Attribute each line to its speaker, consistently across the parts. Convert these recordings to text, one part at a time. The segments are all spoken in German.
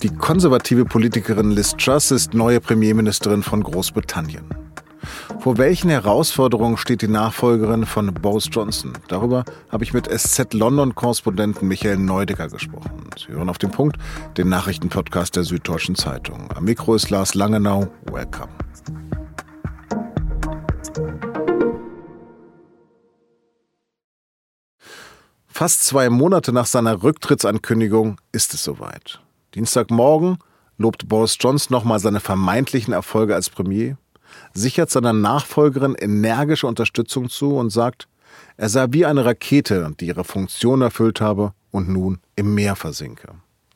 Speaker 1: Die konservative Politikerin Liz Truss ist neue Premierministerin von Großbritannien. Vor welchen Herausforderungen steht die Nachfolgerin von Boris Johnson? Darüber habe ich mit SZ-London-Korrespondenten Michael Neudecker gesprochen. Sie hören auf den Punkt, den Nachrichtenpodcast der Süddeutschen Zeitung. Am Mikro ist Lars Langenau. Welcome. Fast 2 Monate nach seiner Rücktrittsankündigung ist es soweit. Dienstagmorgen lobt Boris Johnson nochmal seine vermeintlichen Erfolge als Premier, sichert seiner Nachfolgerin energische Unterstützung zu und sagt, er sei wie eine Rakete, die ihre Funktion erfüllt habe und nun im Meer versinke.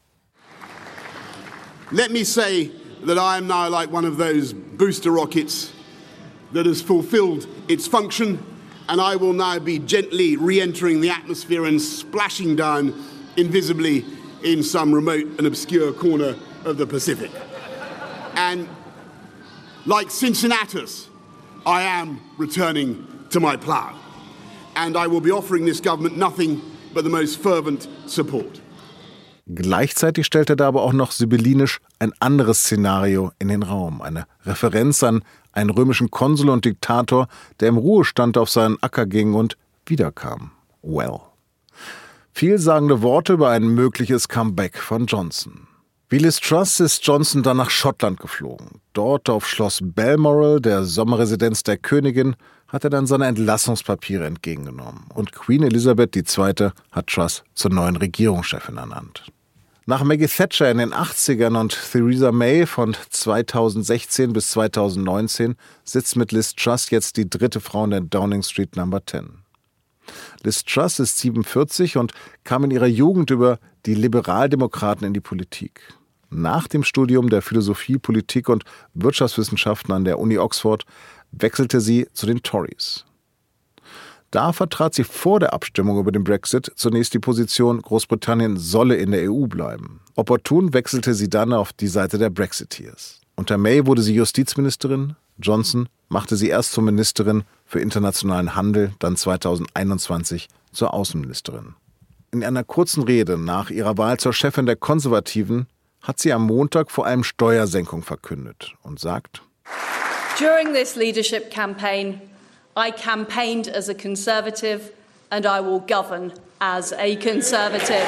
Speaker 2: Let me say that I am now like one of those booster rockets that has fulfilled its function, and I will now be gently re-entering the atmosphere and splashing down invisibly in some remote and obscure corner of the Pacific. And like Cincinnatus, I am returning to my plough. And I will be offering this government nothing but the most fervent support.
Speaker 1: Gleichzeitig stellt er da aber auch noch sibyllinisch ein anderes Szenario in den Raum. Eine Referenz an einen römischen Konsul und Diktator, der im Ruhestand auf seinen Acker ging und wiederkam. Well. Vielsagende Worte über ein mögliches Comeback von Johnson. Wie Liz Truss ist Johnson dann nach Schottland geflogen. Dort auf Schloss Balmoral, der Sommerresidenz der Königin, hat er dann seine Entlassungspapiere entgegengenommen. Und Queen Elizabeth II. Hat Truss zur neuen Regierungschefin ernannt. Nach Maggie Thatcher in den 80ern und Theresa May von 2016 bis 2019 sitzt mit Liz Truss jetzt die dritte Frau in der Downing Street No. 10. Liz Truss ist 47 und kam in ihrer Jugend über die Liberaldemokraten in die Politik. Nach dem Studium der Philosophie, Politik und Wirtschaftswissenschaften an der Uni Oxford wechselte sie zu den Tories. Da vertrat sie vor der Abstimmung über den Brexit zunächst die Position, Großbritannien solle in der EU bleiben. Opportun wechselte sie dann auf die Seite der Brexiteers. Unter May wurde sie Justizministerin, Johnson machte sie erst zur Ministerin für internationalen Handel, dann 2021 zur Außenministerin. In einer kurzen Rede nach ihrer Wahl zur Chefin der Konservativen hat sie am Montag vor allem Steuersenkung verkündet und sagt:
Speaker 3: During this leadership campaign, I campaigned as a Conservative and I will govern as a Conservative.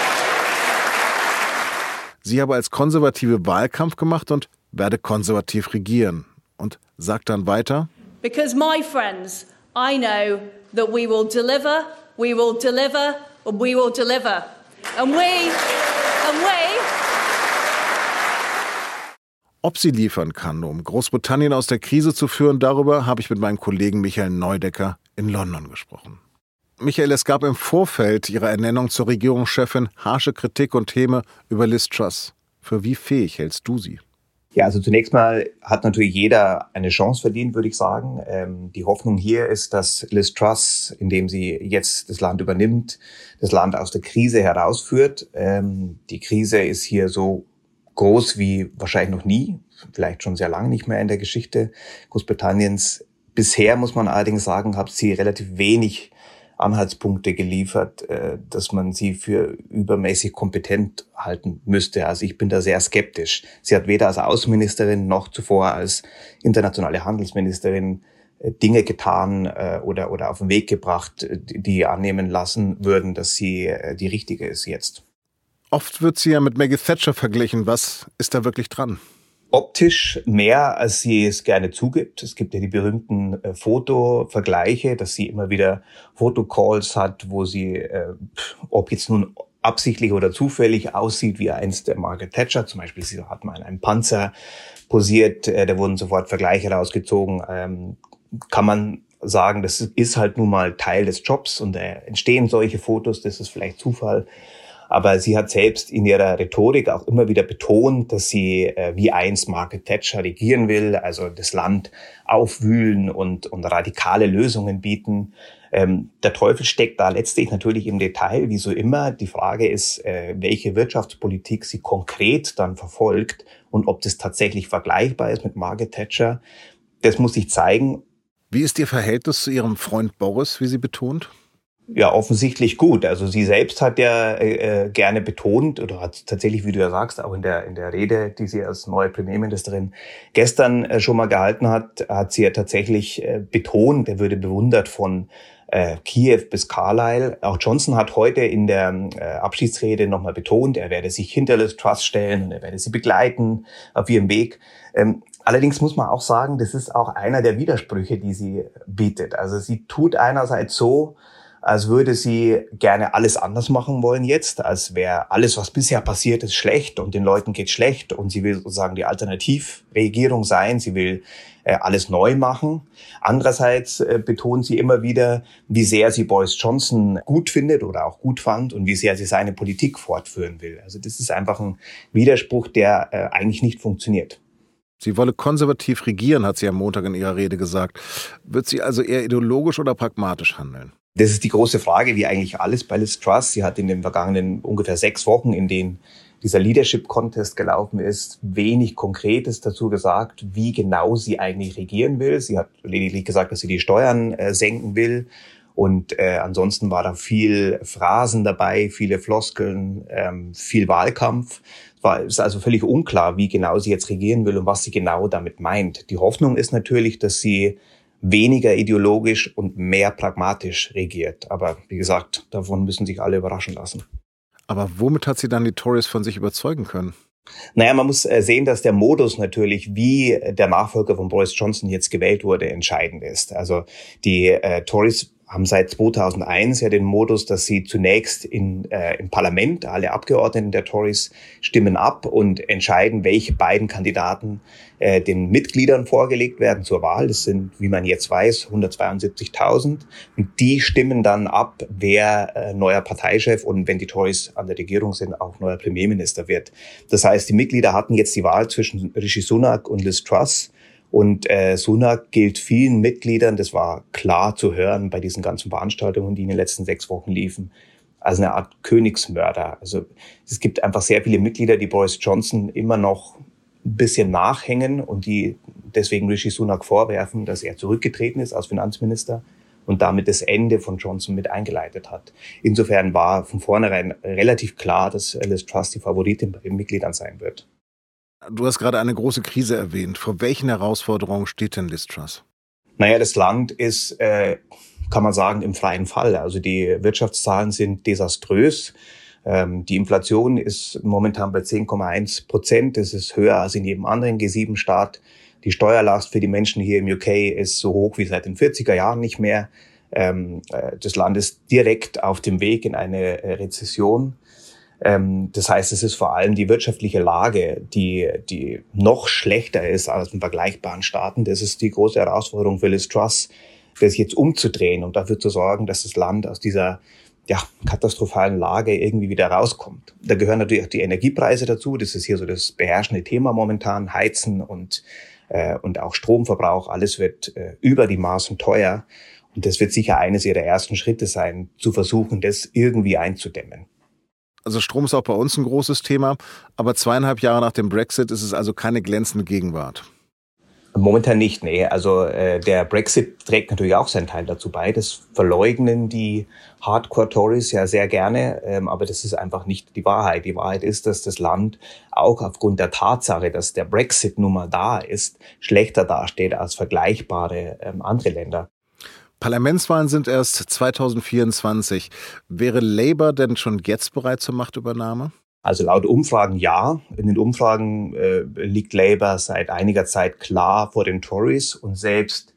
Speaker 1: Sie habe als Konservative Wahlkampf gemacht und werde konservativ regieren. Und sagt dann weiter:
Speaker 3: Because my friends, I know that we will deliver, we will deliver, and we will deliver. And we...
Speaker 1: Ob sie liefern kann, um Großbritannien aus der Krise zu führen, darüber habe ich mit meinem Kollegen Michael Neudecker in London gesprochen. Michael, es gab im Vorfeld ihrer Ernennung zur Regierungschefin harsche Kritik und Häme über Liz Truss. Für wie fähig hältst du sie?
Speaker 4: Ja, also zunächst mal hat natürlich jeder eine Chance verdient, würde ich sagen. Die Hoffnung hier ist, dass Liz Truss, indem sie jetzt das Land übernimmt, das Land aus der Krise herausführt. Die Krise ist hier so groß wie wahrscheinlich noch nie, vielleicht schon sehr lange nicht mehr in der Geschichte Großbritanniens. Bisher, muss man allerdings sagen, hat sie relativ wenig Anhaltspunkte geliefert, dass man sie für übermäßig kompetent halten müsste. Also ich bin da sehr skeptisch. Sie hat weder als Außenministerin noch zuvor als internationale Handelsministerin Dinge getan oder auf den Weg gebracht, die annehmen lassen würden, dass sie die richtige ist jetzt.
Speaker 1: Oft wird sie ja mit Maggie Thatcher verglichen. Was ist da wirklich dran?
Speaker 4: Optisch mehr, als sie es gerne zugibt. Es gibt ja die berühmten Fotovergleiche, dass sie immer wieder Fotocalls hat, wo sie, ob jetzt nun absichtlich oder zufällig, aussieht wie einst der Margaret Thatcher. Zum Beispiel, sie hat mal in einem Panzer posiert, da wurden sofort Vergleiche rausgezogen. Kann man sagen, das ist halt nun mal Teil des Jobs und entstehen solche Fotos, das ist vielleicht Zufall. Aber sie hat selbst in ihrer Rhetorik auch immer wieder betont, dass sie wie einst Margaret Thatcher regieren will, also das Land aufwühlen und radikale Lösungen bieten. Der Teufel steckt da letztlich natürlich im Detail, wie so immer. Die Frage ist, welche Wirtschaftspolitik sie konkret dann verfolgt und ob das tatsächlich vergleichbar ist mit Margaret Thatcher. Das muss sich zeigen.
Speaker 1: Wie ist Ihr Verhältnis zu Ihrem Freund Boris, wie sie betont?
Speaker 4: Ja, offensichtlich gut. Also sie selbst hat ja gerne betont oder hat tatsächlich, wie du ja sagst, auch in der Rede, die sie als neue Premierministerin gestern schon mal gehalten hat, hat sie ja tatsächlich betont, er würde bewundert von Kiew bis Carlisle. Auch Johnson hat heute in der Abschiedsrede nochmal betont, er werde sich hinter Liz Truss stellen und er werde sie begleiten auf ihrem Weg. Allerdings muss man auch sagen, das ist auch einer der Widersprüche, die sie bietet. Also sie tut einerseits so, als würde sie gerne alles anders machen wollen jetzt, als wäre alles, was bisher passiert ist, schlecht und den Leuten geht schlecht und sie will sozusagen die Alternativregierung sein, sie will alles neu machen. Andererseits betont sie immer wieder, wie sehr sie Boris Johnson gut findet oder auch gut fand und wie sehr sie seine Politik fortführen will. Also das ist einfach ein Widerspruch, der eigentlich nicht funktioniert.
Speaker 1: Sie wolle konservativ regieren, hat sie am Montag in ihrer Rede gesagt. Wird sie also eher ideologisch oder pragmatisch handeln?
Speaker 4: Das ist die große Frage, wie eigentlich alles bei Liz Truss. Sie hat in den vergangenen ungefähr 6 Wochen, in denen dieser Leadership-Contest gelaufen ist, wenig Konkretes dazu gesagt, wie genau sie eigentlich regieren will. Sie hat lediglich gesagt, dass sie die Steuern senken will. Und ansonsten war da viel Phrasen dabei, viele Floskeln, viel Wahlkampf. Es ist also völlig unklar, wie genau sie jetzt regieren will und was sie genau damit meint. Die Hoffnung ist natürlich, dass sie weniger ideologisch und mehr pragmatisch regiert. Aber wie gesagt, davon müssen sich alle überraschen lassen.
Speaker 1: Aber womit hat sie dann die Tories von sich überzeugen können?
Speaker 4: Naja, man muss sehen, dass der Modus natürlich, wie der Nachfolger von Boris Johnson jetzt gewählt wurde, entscheidend ist. Also die Tories haben seit 2001 ja den Modus, dass sie zunächst im Parlament, alle Abgeordneten der Tories stimmen ab und entscheiden, welche beiden Kandidaten den Mitgliedern vorgelegt werden zur Wahl. Das sind, wie man jetzt weiß, 172.000. Und die stimmen dann ab, wer neuer Parteichef und wenn die Tories an der Regierung sind, auch neuer Premierminister wird. Das heißt, die Mitglieder hatten jetzt die Wahl zwischen Rishi Sunak und Liz Truss. Und Sunak gilt vielen Mitgliedern, das war klar zu hören bei diesen ganzen Veranstaltungen, die in den letzten 6 Wochen liefen, als eine Art Königsmörder. Also es gibt einfach sehr viele Mitglieder, die Boris Johnson immer noch ein bisschen nachhängen und die deswegen Rishi Sunak vorwerfen, dass er zurückgetreten ist als Finanzminister und damit das Ende von Johnson mit eingeleitet hat. Insofern war von vornherein relativ klar, dass Liz Truss die Favoritin bei den Mitgliedern sein wird.
Speaker 1: Du hast gerade eine große Krise erwähnt. Vor welchen Herausforderungen steht denn Liz Truss?
Speaker 4: Naja, das Land ist, kann man sagen, im freien Fall. Also die Wirtschaftszahlen sind desaströs. Die Inflation ist momentan bei 10,1%. Das ist höher als in jedem anderen G7-Staat. Die Steuerlast für die Menschen hier im UK ist so hoch wie seit den 40er Jahren nicht mehr. Das Land ist direkt auf dem Weg in eine Rezession. Das heißt, es ist vor allem die wirtschaftliche Lage, die noch schlechter ist als in vergleichbaren Staaten. Das ist die große Herausforderung für Liz Truss, das jetzt umzudrehen und dafür zu sorgen, dass das Land aus dieser katastrophalen Lage irgendwie wieder rauskommt. Da gehören natürlich auch die Energiepreise dazu. Das ist hier so das beherrschende Thema momentan. Heizen und auch Stromverbrauch. Alles wird über die Maßen teuer. Und das wird sicher eines ihrer ersten Schritte sein, zu versuchen, das irgendwie einzudämmen.
Speaker 1: Also Strom ist auch bei uns ein großes Thema, aber 2,5 Jahre nach dem Brexit ist es also keine glänzende Gegenwart.
Speaker 4: Momentan nicht, nee. Also der Brexit trägt natürlich auch seinen Teil dazu bei. Das verleugnen die Hardcore-Tories ja sehr gerne, aber das ist einfach nicht die Wahrheit. Die Wahrheit ist, dass das Land auch aufgrund der Tatsache, dass der Brexit nun mal da ist, schlechter dasteht als vergleichbare andere Länder.
Speaker 1: Parlamentswahlen sind erst 2024. Wäre Labour denn schon jetzt bereit zur Machtübernahme?
Speaker 4: Also laut Umfragen ja. In den Umfragen liegt Labour seit einiger Zeit klar vor den Tories und selbst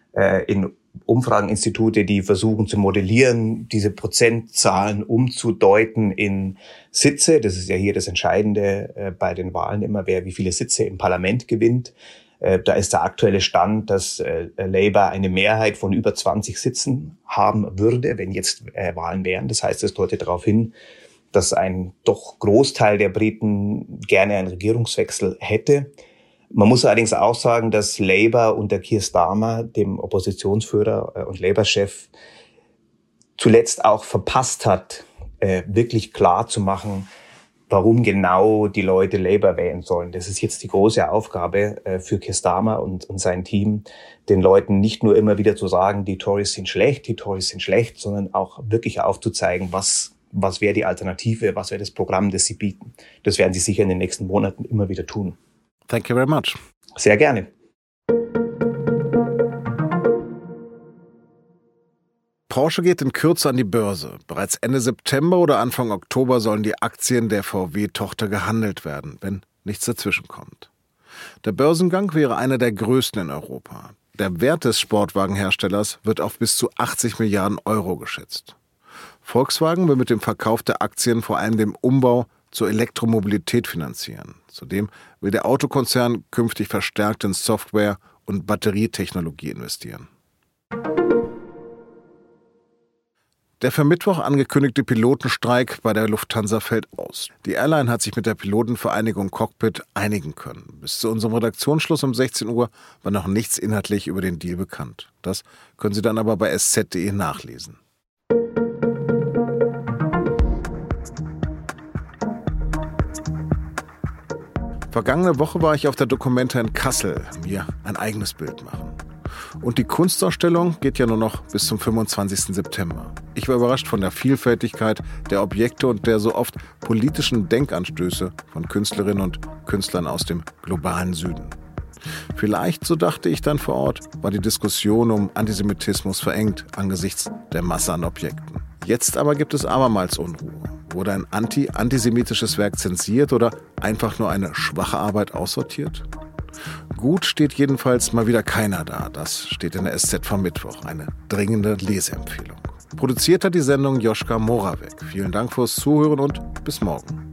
Speaker 4: in Umfrageninstitute, die versuchen zu modellieren, diese Prozentzahlen umzudeuten in Sitze. Das ist ja hier das Entscheidende bei den Wahlen immer, wer wie viele Sitze im Parlament gewinnt. Da ist der aktuelle Stand, dass Labour eine Mehrheit von über 20 Sitzen haben würde, wenn jetzt Wahlen wären. Das heißt, es deutet darauf hin, dass ein doch Großteil der Briten gerne einen Regierungswechsel hätte. Man muss allerdings auch sagen, dass Labour unter Keir Starmer, dem Oppositionsführer und Labour-Chef, zuletzt auch verpasst hat, wirklich klar zu machen, warum genau die Leute Labour wählen sollen. Das ist jetzt die große Aufgabe für Keir Starmer und sein Team, den Leuten nicht nur immer wieder zu sagen, die Tories sind schlecht, sondern auch wirklich aufzuzeigen, was wäre die Alternative, was wäre das Programm, das sie bieten. Das werden sie sicher in den nächsten Monaten immer wieder tun.
Speaker 1: Thank you very much.
Speaker 4: Sehr gerne.
Speaker 1: Porsche geht in Kürze an die Börse. Bereits Ende September oder Anfang Oktober sollen die Aktien der VW-Tochter gehandelt werden, wenn nichts dazwischenkommt. Der Börsengang wäre einer der größten in Europa. Der Wert des Sportwagenherstellers wird auf bis zu 80 Milliarden Euro geschätzt. Volkswagen will mit dem Verkauf der Aktien vor allem den Umbau zur Elektromobilität finanzieren. Zudem will der Autokonzern künftig verstärkt in Software- und Batterietechnologie investieren. Der für Mittwoch angekündigte Pilotenstreik bei der Lufthansa fällt aus. Die Airline hat sich mit der Pilotenvereinigung Cockpit einigen können. Bis zu unserem Redaktionsschluss um 16 Uhr war noch nichts inhaltlich über den Deal bekannt. Das können Sie dann aber bei sz.de nachlesen. Vergangene Woche war ich auf der Documenta in Kassel, mir ein eigenes Bild machen. Und die Kunstausstellung geht ja nur noch bis zum 25. September. Ich war überrascht von der Vielfältigkeit der Objekte und der so oft politischen Denkanstöße von Künstlerinnen und Künstlern aus dem globalen Süden. Vielleicht, so dachte ich dann vor Ort, war die Diskussion um Antisemitismus verengt angesichts der Masse an Objekten. Jetzt aber gibt es abermals Unruhe. Wurde ein antisemitisches Werk zensiert oder einfach nur eine schwache Arbeit aussortiert? Gut steht jedenfalls mal wieder keiner da. Das steht in der SZ vom Mittwoch. Eine dringende Leseempfehlung. Produziert hat die Sendung Joschka Moravec. Vielen Dank fürs Zuhören und bis morgen.